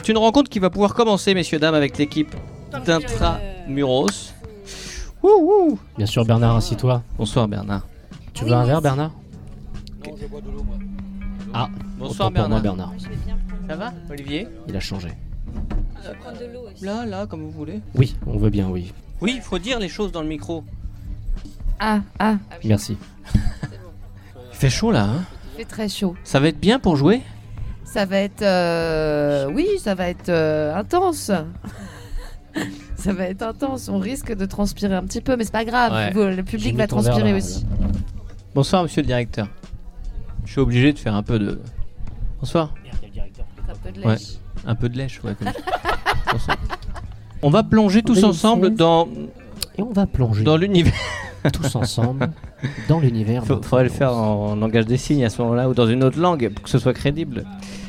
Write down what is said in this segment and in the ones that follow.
C'est une rencontre qui va pouvoir commencer, messieurs, dames, avec l'équipe d'Intramuros. Wouhou. Bien sûr, Bernard, assis-toi. Bonsoir, Bernard. Tu veux un verre, Bernard? Non, je bois de l'eau, moi. Ah, Bonsoir, autant pour moi, Bernard. Bernard. Ça va, Olivier? Il a changé. Là, comme vous voulez. Oui, on veut bien, oui. Oui, il faut dire les choses dans le micro. Merci. Il fait chaud, là, hein? Il fait très chaud. Ça va être bien pour jouer? Ça va être... Oui, ça va être intense. Ça va être intense. On risque de transpirer un petit peu, mais c'est pas grave. Ouais. Le public J'ai mis va ton verre, transpirer là, aussi. Bonsoir, monsieur le directeur. Je suis obligé de faire un peu de... Bonsoir. Un peu de Ouais. lèche. Un peu de lèche, ouais. Comme... Bonsoir. On va plonger tous ensemble dans Et on va plonger l'univers. tous ensemble dans l'univers. Faudrait le faire en langage des signes à ce moment-là ou dans une autre langue pour que ce soit crédible.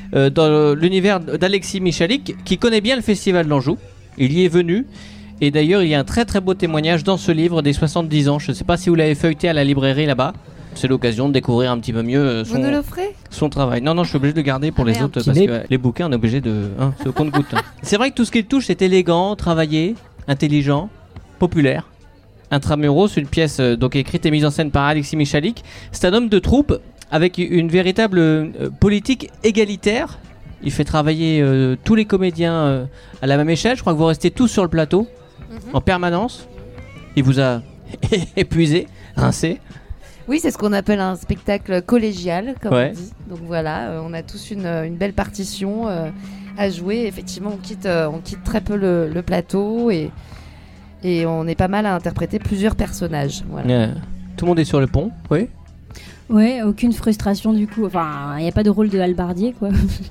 Dans l'univers d'Alexis Michalik, qui connaît bien le Festival d'Anjou. Il y est venu. Et d'ailleurs, il y a un très très beau témoignage dans ce livre des 70 ans. Je ne sais pas si vous l'avez feuilleté à la librairie là-bas. C'est l'occasion de découvrir un petit peu mieux Vous nous l'offrez? son travail. Non, je suis obligé de le garder pour les merde. autres parce que les bouquins, on est obligé de... c'est au compte-gouttes. C'est vrai que tout ce qu'il touche, c'est élégant, travaillé, intelligent, populaire. Intramuros, une pièce donc écrite et mise en scène par Alexis Michalik. C'est un homme de troupe avec une véritable politique égalitaire. Il fait travailler tous les comédiens à la même échelle. Je crois que vous restez tous sur le plateau en permanence. Il vous a épuisé, rincé. Oui, c'est ce qu'on appelle un spectacle collégial, comme Ouais. on dit. Donc voilà, on a tous une belle partition à jouer. Effectivement, on quitte très peu le plateau et on est pas mal à interpréter plusieurs personnages. Voilà. Tout le monde est sur le pont, oui. Ouais, aucune frustration du coup. Enfin, il n'y a pas de rôle de halbardier, quoi.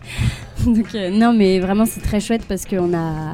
Donc, non, mais vraiment, c'est très chouette parce qu'on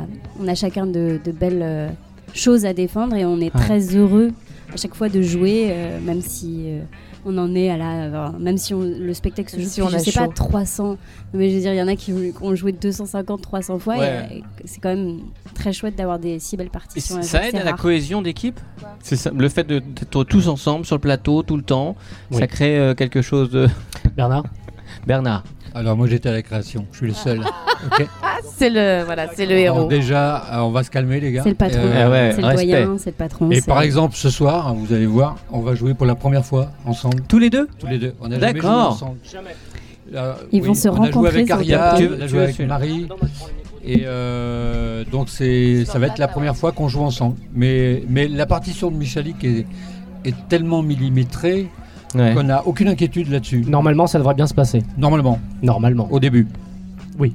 a chacun de belles choses à défendre et on est très heureux à chaque fois de jouer, même si on en est à la... même si le spectacle se joue, Si on je a sais pas, chaud. 300... Mais je veux dire, il y en a qui ont joué 250, 300 fois. Ouais. Et c'est quand même très chouette d'avoir des si belles partitions. à Ça jouer, aide c'est à la rare. cohésion d'équipe. C'est ça, le fait d'être tous ensemble sur le plateau tout le temps, Oui. ça crée quelque chose de... Bernard. Bernard. Alors, moi, j'étais à la création. Je suis le seul. Ok. C'est le héros. Alors, déjà, on va se calmer, les gars. C'est le patron, ouais, c'est le respect. doyen, c'est le patron. Et c'est- par exemple, ce soir, hein, vous allez voir, on va jouer pour la première fois ensemble. Tous les deux? Tous les deux. On n'a jamais joué D'accord. ensemble. Ils vont se on a joué rencontrer avec sur le Aria, plateau. on a Tu joué veux avec celui-là? Marie. Et donc, ça va être la première fois qu'on joue ensemble. Mais la partition de Michalik est tellement millimétrée Ouais. qu'on n'a aucune inquiétude là-dessus. Normalement, ça devrait bien se passer. Normalement, Normalement. au début. Oui.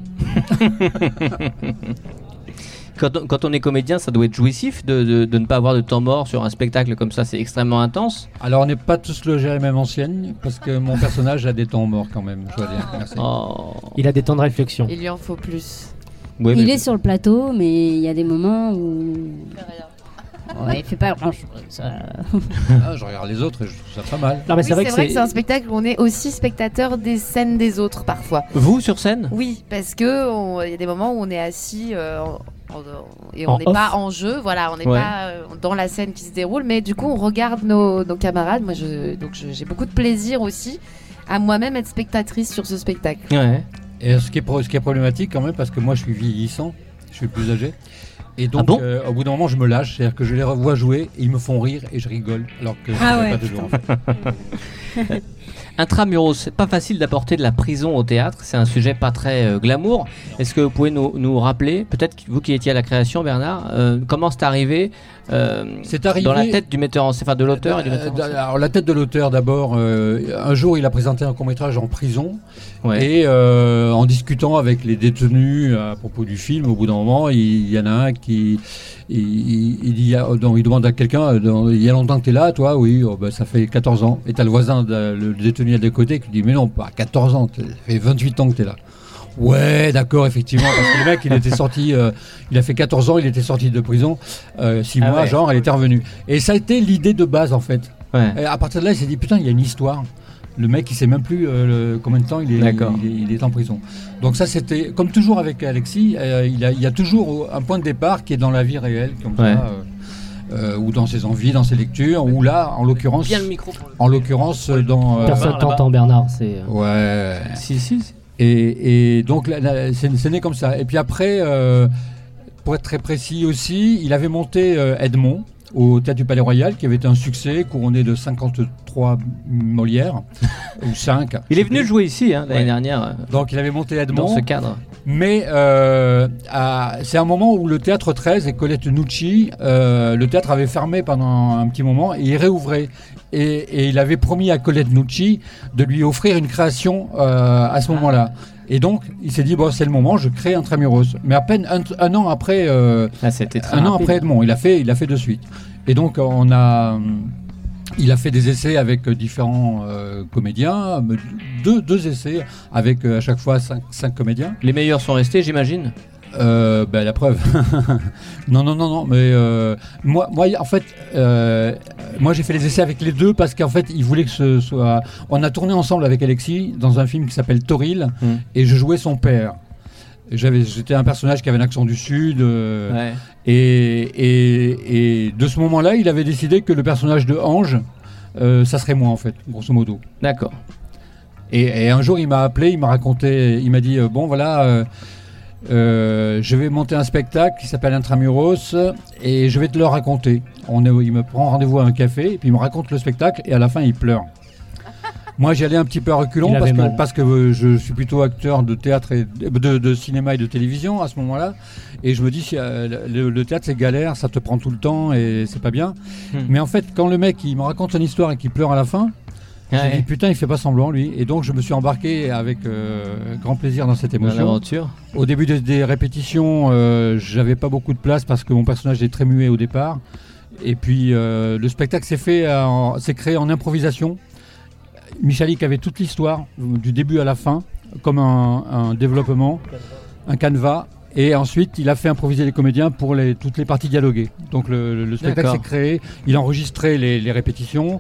Quand on est comédien, ça doit être jouissif de ne pas avoir de temps mort sur un spectacle comme ça, c'est extrêmement intense. Alors, on n'est pas tous logés à la même enseigne, parce que mon personnage a des temps morts quand même, je dois dire. Merci. Oh. Il a des temps de réflexion. Il lui en faut plus. Ouais, Il mais- est sur le plateau, mais il y a des moments où... Ouais, il fait pas grand chose. Ah, je regarde les autres et je trouve ça pas mal. Non, mais Oui, c'est vrai que c'est un spectacle où on est aussi spectateur des scènes des autres parfois. Vous sur scène? Oui, parce que il y a des moments où on est assis et on En n'est off. pas en jeu, voilà, on n'est Ouais. pas dans la scène qui se déroule, mais du coup on regarde nos camarades. Moi, j'ai beaucoup de plaisir aussi à moi-même être spectatrice sur ce spectacle. Ouais. Et ce qui est problématique quand même, parce que moi je suis vieillissant, je suis plus âgé. Et donc, Ah bon au bout d'un moment, je me lâche, c'est-à-dire que je les revois jouer et ils me font rire et je rigole, alors que je Ah ne ouais, pas toujours. En fait. Intramuros, c'est pas facile d'apporter de la prison au théâtre, c'est un sujet pas très glamour. Est-ce que vous pouvez nous rappeler, peut-être vous qui étiez à la création, Bernard, comment c'est arrivé, C'est arrivé dans la tête du metteur en scène, enfin de l'auteur et du metteur en scène? Alors la tête de l'auteur d'abord, un jour il a présenté un court-métrage en prison. Ouais. Et en discutant avec les détenus à propos du film, au bout d'un moment, il y en a un qui il dit, il demande à quelqu'un, il y a longtemps que tu es là, toi? Oui, oh, bah, ça fait 14 ans. Et tu as le voisin, le détenu à côté, qui dit, mais non, pas 14 ans, ça fait 28 ans que tu es là. Ouais, d'accord, effectivement, parce que le mec, il était sorti, il a fait 14 ans, il était sorti de prison, 6 mois, ouais. genre, il était revenu. Et ça a été l'idée de base, en fait. Ouais. Et à partir de là, il s'est dit, putain, il y a une histoire. Le mec, il sait même plus combien de temps il est en prison. Donc ça, c'était, comme toujours avec Alexis, il y a toujours un point de départ qui est dans la vie réelle, comme Ouais. ça, ou dans ses envies, dans ses lectures, ou là, en l'occurrence, Bien le micro. dans... personne là-bas. t'entend, Bernard. C'est Ouais. Si. Et donc c'est né comme ça. Et puis après, pour être très précis aussi, il avait monté Edmond au Théâtre du Palais Royal, qui avait été un succès, couronné de 53 Molières, ou 5. Il est venu jouer ici l'année dernière. Donc il avait monté Edmond. Dans ce cadre. Mais c'est un moment où le Théâtre 13 et Colette Nucci, le théâtre avait fermé pendant un petit moment et il réouvrait. Et il avait promis à Colette Nucci de lui offrir une création à ce moment-là. Et donc, il s'est dit, bon, c'est le moment, je crée Intramuros. Mais à peine un an après, c'était très un an rapide. après Edmond, il a fait de suite. Et donc, il a fait des essais avec différents comédiens, deux essais avec à chaque fois 5 comédiens. Les meilleurs sont restés, j'imagine. La preuve. non, mais moi, en fait, moi j'ai fait les essais avec les deux parce qu'en fait, ils voulaient que ce soit. On a tourné ensemble avec Alexis dans un film qui s'appelle Toril et je jouais son père. J'étais un personnage qui avait un accent du Sud et de ce moment-là, il avait décidé que le personnage de Ange, ça serait moi en fait, grosso modo. D'accord. Et un jour, il m'a appelé, il m'a raconté, il m'a dit bon voilà. Je vais monter un spectacle qui s'appelle Intramuros et je vais te le raconter. Il me prend rendez-vous à un café et puis il me raconte le spectacle et à la fin il pleure. Moi j'y allais un petit peu à reculons parce que je suis plutôt acteur de théâtre et de cinéma et de télévision à ce moment-là et je me dis le théâtre c'est galère, ça te prend tout le temps et c'est pas bien. Mais en fait quand le mec il me raconte son histoire et qu'il pleure à la fin, j'ai dit putain il fait pas semblant lui et donc je me suis embarqué avec grand plaisir dans cette émotion. L'aventure. Au début des répétitions j'avais pas beaucoup de place parce que mon personnage est très muet au départ et puis le spectacle s'est créé en improvisation. Michalik avait toute l'histoire du début à la fin comme un développement, un canevas et ensuite il a fait improviser les comédiens pour toutes les parties dialoguées. Donc le spectacle s'est créé, il enregistrait les répétitions.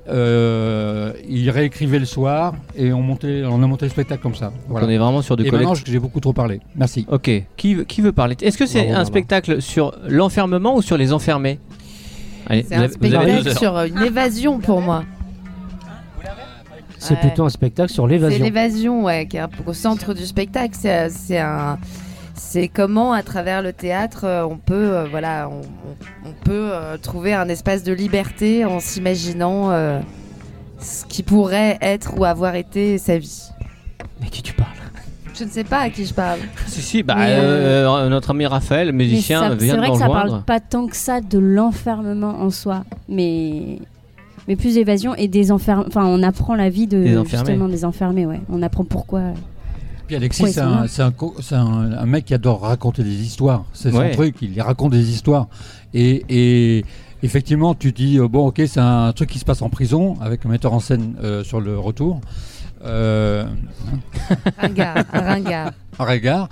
Il réécrivait le soir et on a monté le spectacle comme ça. Voilà. On est vraiment sur de et maintenant j'ai beaucoup trop parlé. Merci. Ok. Qui veut parler? Est-ce que c'est un spectacle sur l'enfermement ou sur les enfermés? Allez, c'est un spectacle sur une évasion pour moi. C'est plutôt un spectacle sur l'évasion. C'est l'évasion, qui est au centre du spectacle. C'est comment, à travers le théâtre, on peut trouver un espace de liberté en s'imaginant ce qui pourrait être ou avoir été sa vie. Mais qui tu parles? Je ne sais pas à qui je parle. Si, notre ami Raphaël, musicien, vient de nous rejoindre. C'est vrai que ça parle pas tant que ça de l'enfermement en soi, mais plus d'évasion et des enfermés. Enfin, on apprend la vie justement des enfermés, ouais. On apprend pourquoi. Puis Alexis, c'est un mec qui adore raconter des histoires. C'est son truc, il raconte des histoires. Et effectivement, tu dis, bon, ok, c'est un truc qui se passe en prison, avec un metteur en scène sur le retour. Un ringard.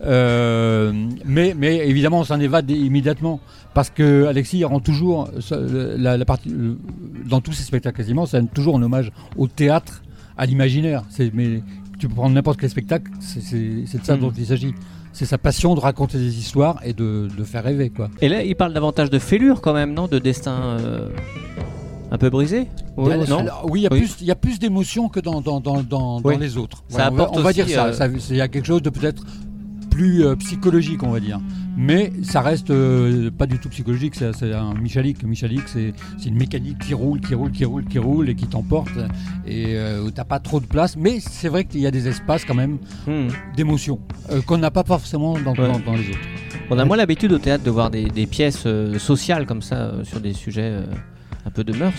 Mais évidemment, on s'en évade immédiatement. Parce que Alexis rend toujours, la partie, dans tous ses spectacles quasiment, c'est toujours un hommage au théâtre, à l'imaginaire. Mais tu peux prendre n'importe quel spectacle, c'est de ça dont il s'agit. C'est sa passion de raconter des histoires et de faire rêver, quoi. Et là, il parle davantage de fêlure quand même, non? De destin un peu brisé? Oui, il y a plus d'émotions que dans les autres. Ça on va dire ça. Il y a quelque chose de peut-être plus psychologique, on va dire. Mais ça reste pas du tout psychologique, c'est un Michalik. Michalik, c'est une mécanique qui roule et qui t'emporte et où t'as pas trop de place. Mais c'est vrai qu'il y a des espaces quand même d'émotion qu'on n'a pas forcément dans les autres. On a moins l'habitude au théâtre de voir des pièces sociales comme ça sur des sujets un peu de mœurs.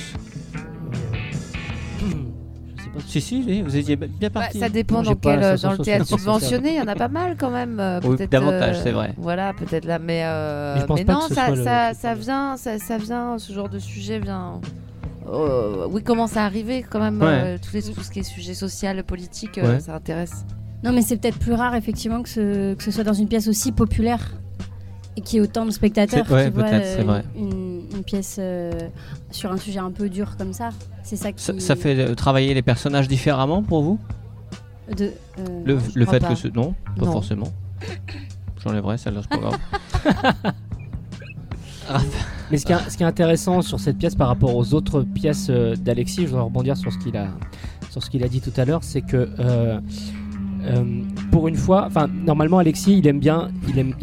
Si, vous étiez bien parti. Ça dépend dans le théâtre subventionné, il y en a pas mal quand même. Oui, davantage, c'est vrai. Voilà, peut-être là, mais non, ça vient, ce genre de sujet vient. Commence à arriver quand même. Tout ce qui est sujet social, politique, ça intéresse. Non, mais c'est peut-être plus rare effectivement que ce soit dans une pièce aussi populaire et qu'il y ait autant de spectateurs qui voient une pièce sur un sujet un peu dur comme ça. C'est ça qui... Ça fait travailler les personnages différemment pour vous? Le fait que non, pas forcément. J'enlèverai celle-là, c'est pas grave. Mais ce qui est intéressant sur cette pièce par rapport aux autres pièces d'Alexis, je voudrais rebondir sur ce qu'il a dit tout à l'heure, c'est que Pour une fois, enfin normalement Alexis il aime bien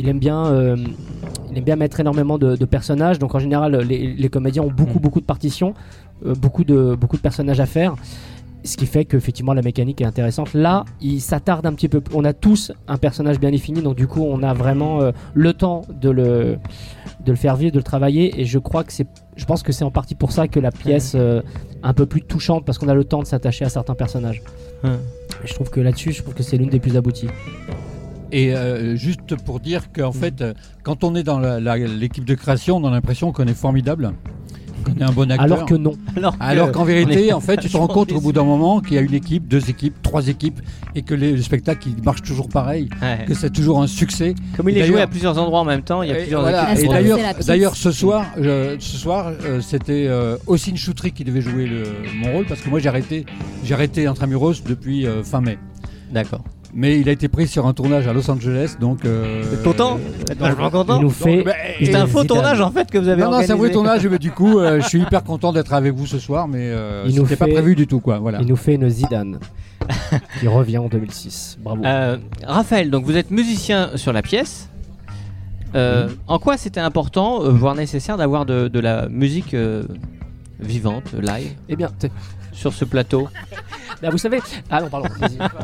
mettre énormément de personnages, donc en général les comédiens ont beaucoup de partitions, beaucoup de personnages à faire, ce qui fait qu'effectivement la mécanique est intéressante. Là il s'attarde un petit peu, on a tous un personnage bien défini, donc du coup on a vraiment le temps de le faire vivre, de le travailler, et je pense que c'est en partie pour ça que la pièce un peu plus touchante, parce qu'on a le temps de s'attacher à certains personnages. Et je trouve que là-dessus, c'est l'une des plus abouties. Et juste pour dire qu'en fait, quand on est dans l'équipe de création, on a l'impression qu'on est formidable, qu'on est un bon acteur. Alors que non. Alors qu'en vérité, en fait, tu te rends compte au bout d'un moment qu'il y a une équipe, 2 équipes, 3 équipes, et que le spectacle il marche toujours pareil, que c'est toujours un succès. Comme il est joué à plusieurs endroits en même temps, il y a plusieurs équipes. Et d'ailleurs, ce soir, c'était Ossine Choutry qui devait jouer mon rôle, parce que moi j'ai arrêté Intramuros depuis fin mai. D'accord. Mais il a été pris sur un tournage à Los Angeles, donc. Content. Vachement content. Il nous fait. C'est un faux tournage en fait que vous avez organisé. Non, c'est un vrai tournage, mais du coup, je suis hyper content d'être avec vous ce soir, mais c'était pas prévu du tout, quoi. Voilà. Il nous fait une Zidane qui revient en 2006. Bravo. Raphaël, donc vous êtes musicien sur la pièce. En quoi c'était important, voire nécessaire, d'avoir de la musique vivante, live, Eh bien, sur ce plateau? bah, vous savez. Ah non, pardon.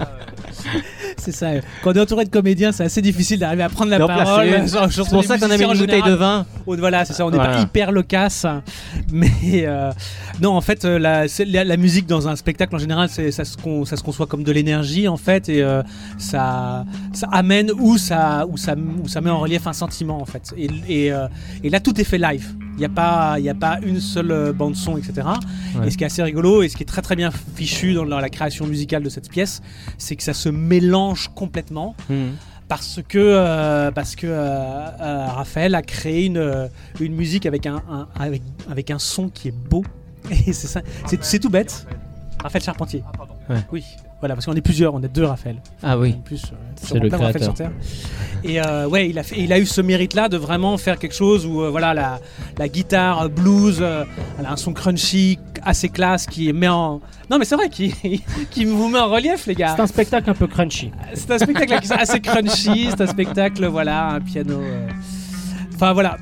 C'est ça. Quand on est entouré de comédiens, c'est assez difficile d'arriver à prendre la parole. C'est pour ça qu'on a mis une bouteille de vin. Voilà, c'est ça. On n'est pas hyper loquace. Mais non, en fait, la musique dans un spectacle, en général, ça se conçoit comme de l'énergie, en fait. Et ça amène ou ça met en relief un sentiment, en fait. Et là, tout est fait live. Il n'y a pas une seule bande-son, etc. Ouais. Et ce qui est assez rigolo et ce qui est très très bien fichu dans la création musicale de cette pièce, c'est que ça se mélange complètement. Parce que Raphaël a créé une musique avec un son qui est beau. Et c'est ça, c'est tout bête. Raphaël Charpentier. Ouais. Oui. Voilà, parce qu'on est plusieurs, on est 2 Raphaël. Ah oui. En plus, c'est le créateur. Sur Terre. Et ouais, il a eu ce mérite-là de vraiment faire quelque chose où voilà la guitare blues, elle a un son crunchy assez classe qui met en. Non mais c'est vrai, qui vous met en relief, les gars. C'est un spectacle un peu crunchy. C'est un spectacle assez crunchy. C'est un spectacle, voilà, un piano. Enfin voilà.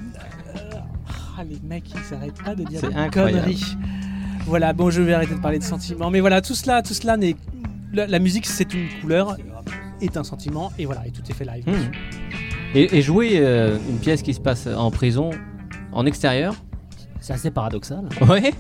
Les mecs, ils n'arrêtent pas de dire des conneries. Voilà, bon, je vais arrêter de parler de sentiments, mais voilà, tout cela n'est. La musique, c'est une couleur, est un sentiment, et voilà, et tout est fait live. Et jouer une pièce qui se passe en prison, en extérieur, c'est assez paradoxal. Ouais.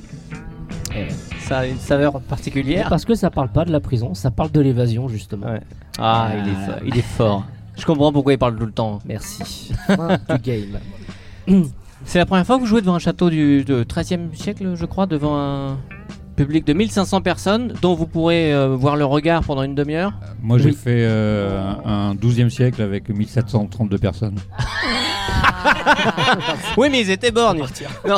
Ça a une saveur particulière. Parce que ça parle pas de la prison, ça parle de l'évasion, justement. Ouais. Il est fort. Je comprends pourquoi il parle tout le temps. Merci. Fin du game. C'est la première fois que vous jouez devant un château du XIIIe siècle, je crois, devant un public de 1500 personnes, dont vous pourrez voir le regard pendant une demi-heure. Moi, j'ai fait un 12e siècle avec 1732 personnes. Oui, mais ils étaient borgnes. Non.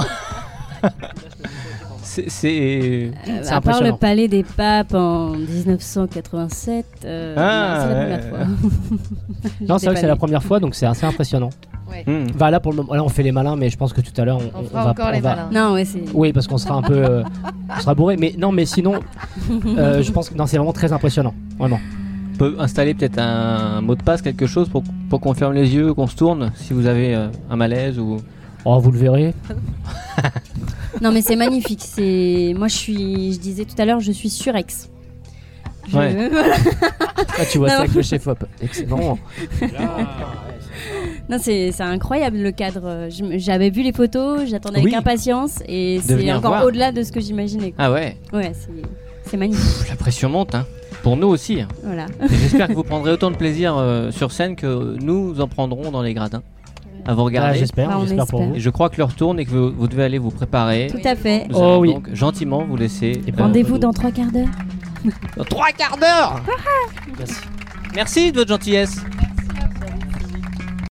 C'est à part le Palais des Papes en 1987, non, c'est la première fois. Non, c'est vrai que c'est la première fois, donc c'est assez impressionnant. Ouais. Bah là, pour le moment, là, on fait les malins, mais je pense que tout à l'heure, on fera encore les malins. Non, ouais, c'est. Oui, parce qu'on sera un peu, on sera bourré. Mais non, mais sinon, je pense que non, c'est vraiment très impressionnant, vraiment. On peut installer peut-être un mot de passe, quelque chose pour qu'on ferme les yeux, qu'on se tourne, si vous avez un malaise ou. Oh, vous le verrez. Non, mais c'est magnifique. Moi, je disais tout à l'heure, je suis surex. Ouais. Ah, tu vois ça avec le chef-op. Excellent. Non, c'est incroyable le cadre. J'avais vu les photos, j'attendais avec impatience et c'est encore au-delà de ce que j'imaginais. Ah ouais. Ouais, c'est magnifique. La pression monte, hein. Pour nous aussi. Hein. Voilà. Et j'espère que vous prendrez autant de plaisir sur scène que nous en prendrons dans les gradins. À vous regarder. J'espère pour vous. Et je crois que l'heure tourne et que vous devez aller vous préparer. Tout à fait. Nous allons donc gentiment vous laisser. Rendez-vous dans 3 quarts d'heure. Dans 3 quarts d'heure. Merci. Merci de votre gentillesse.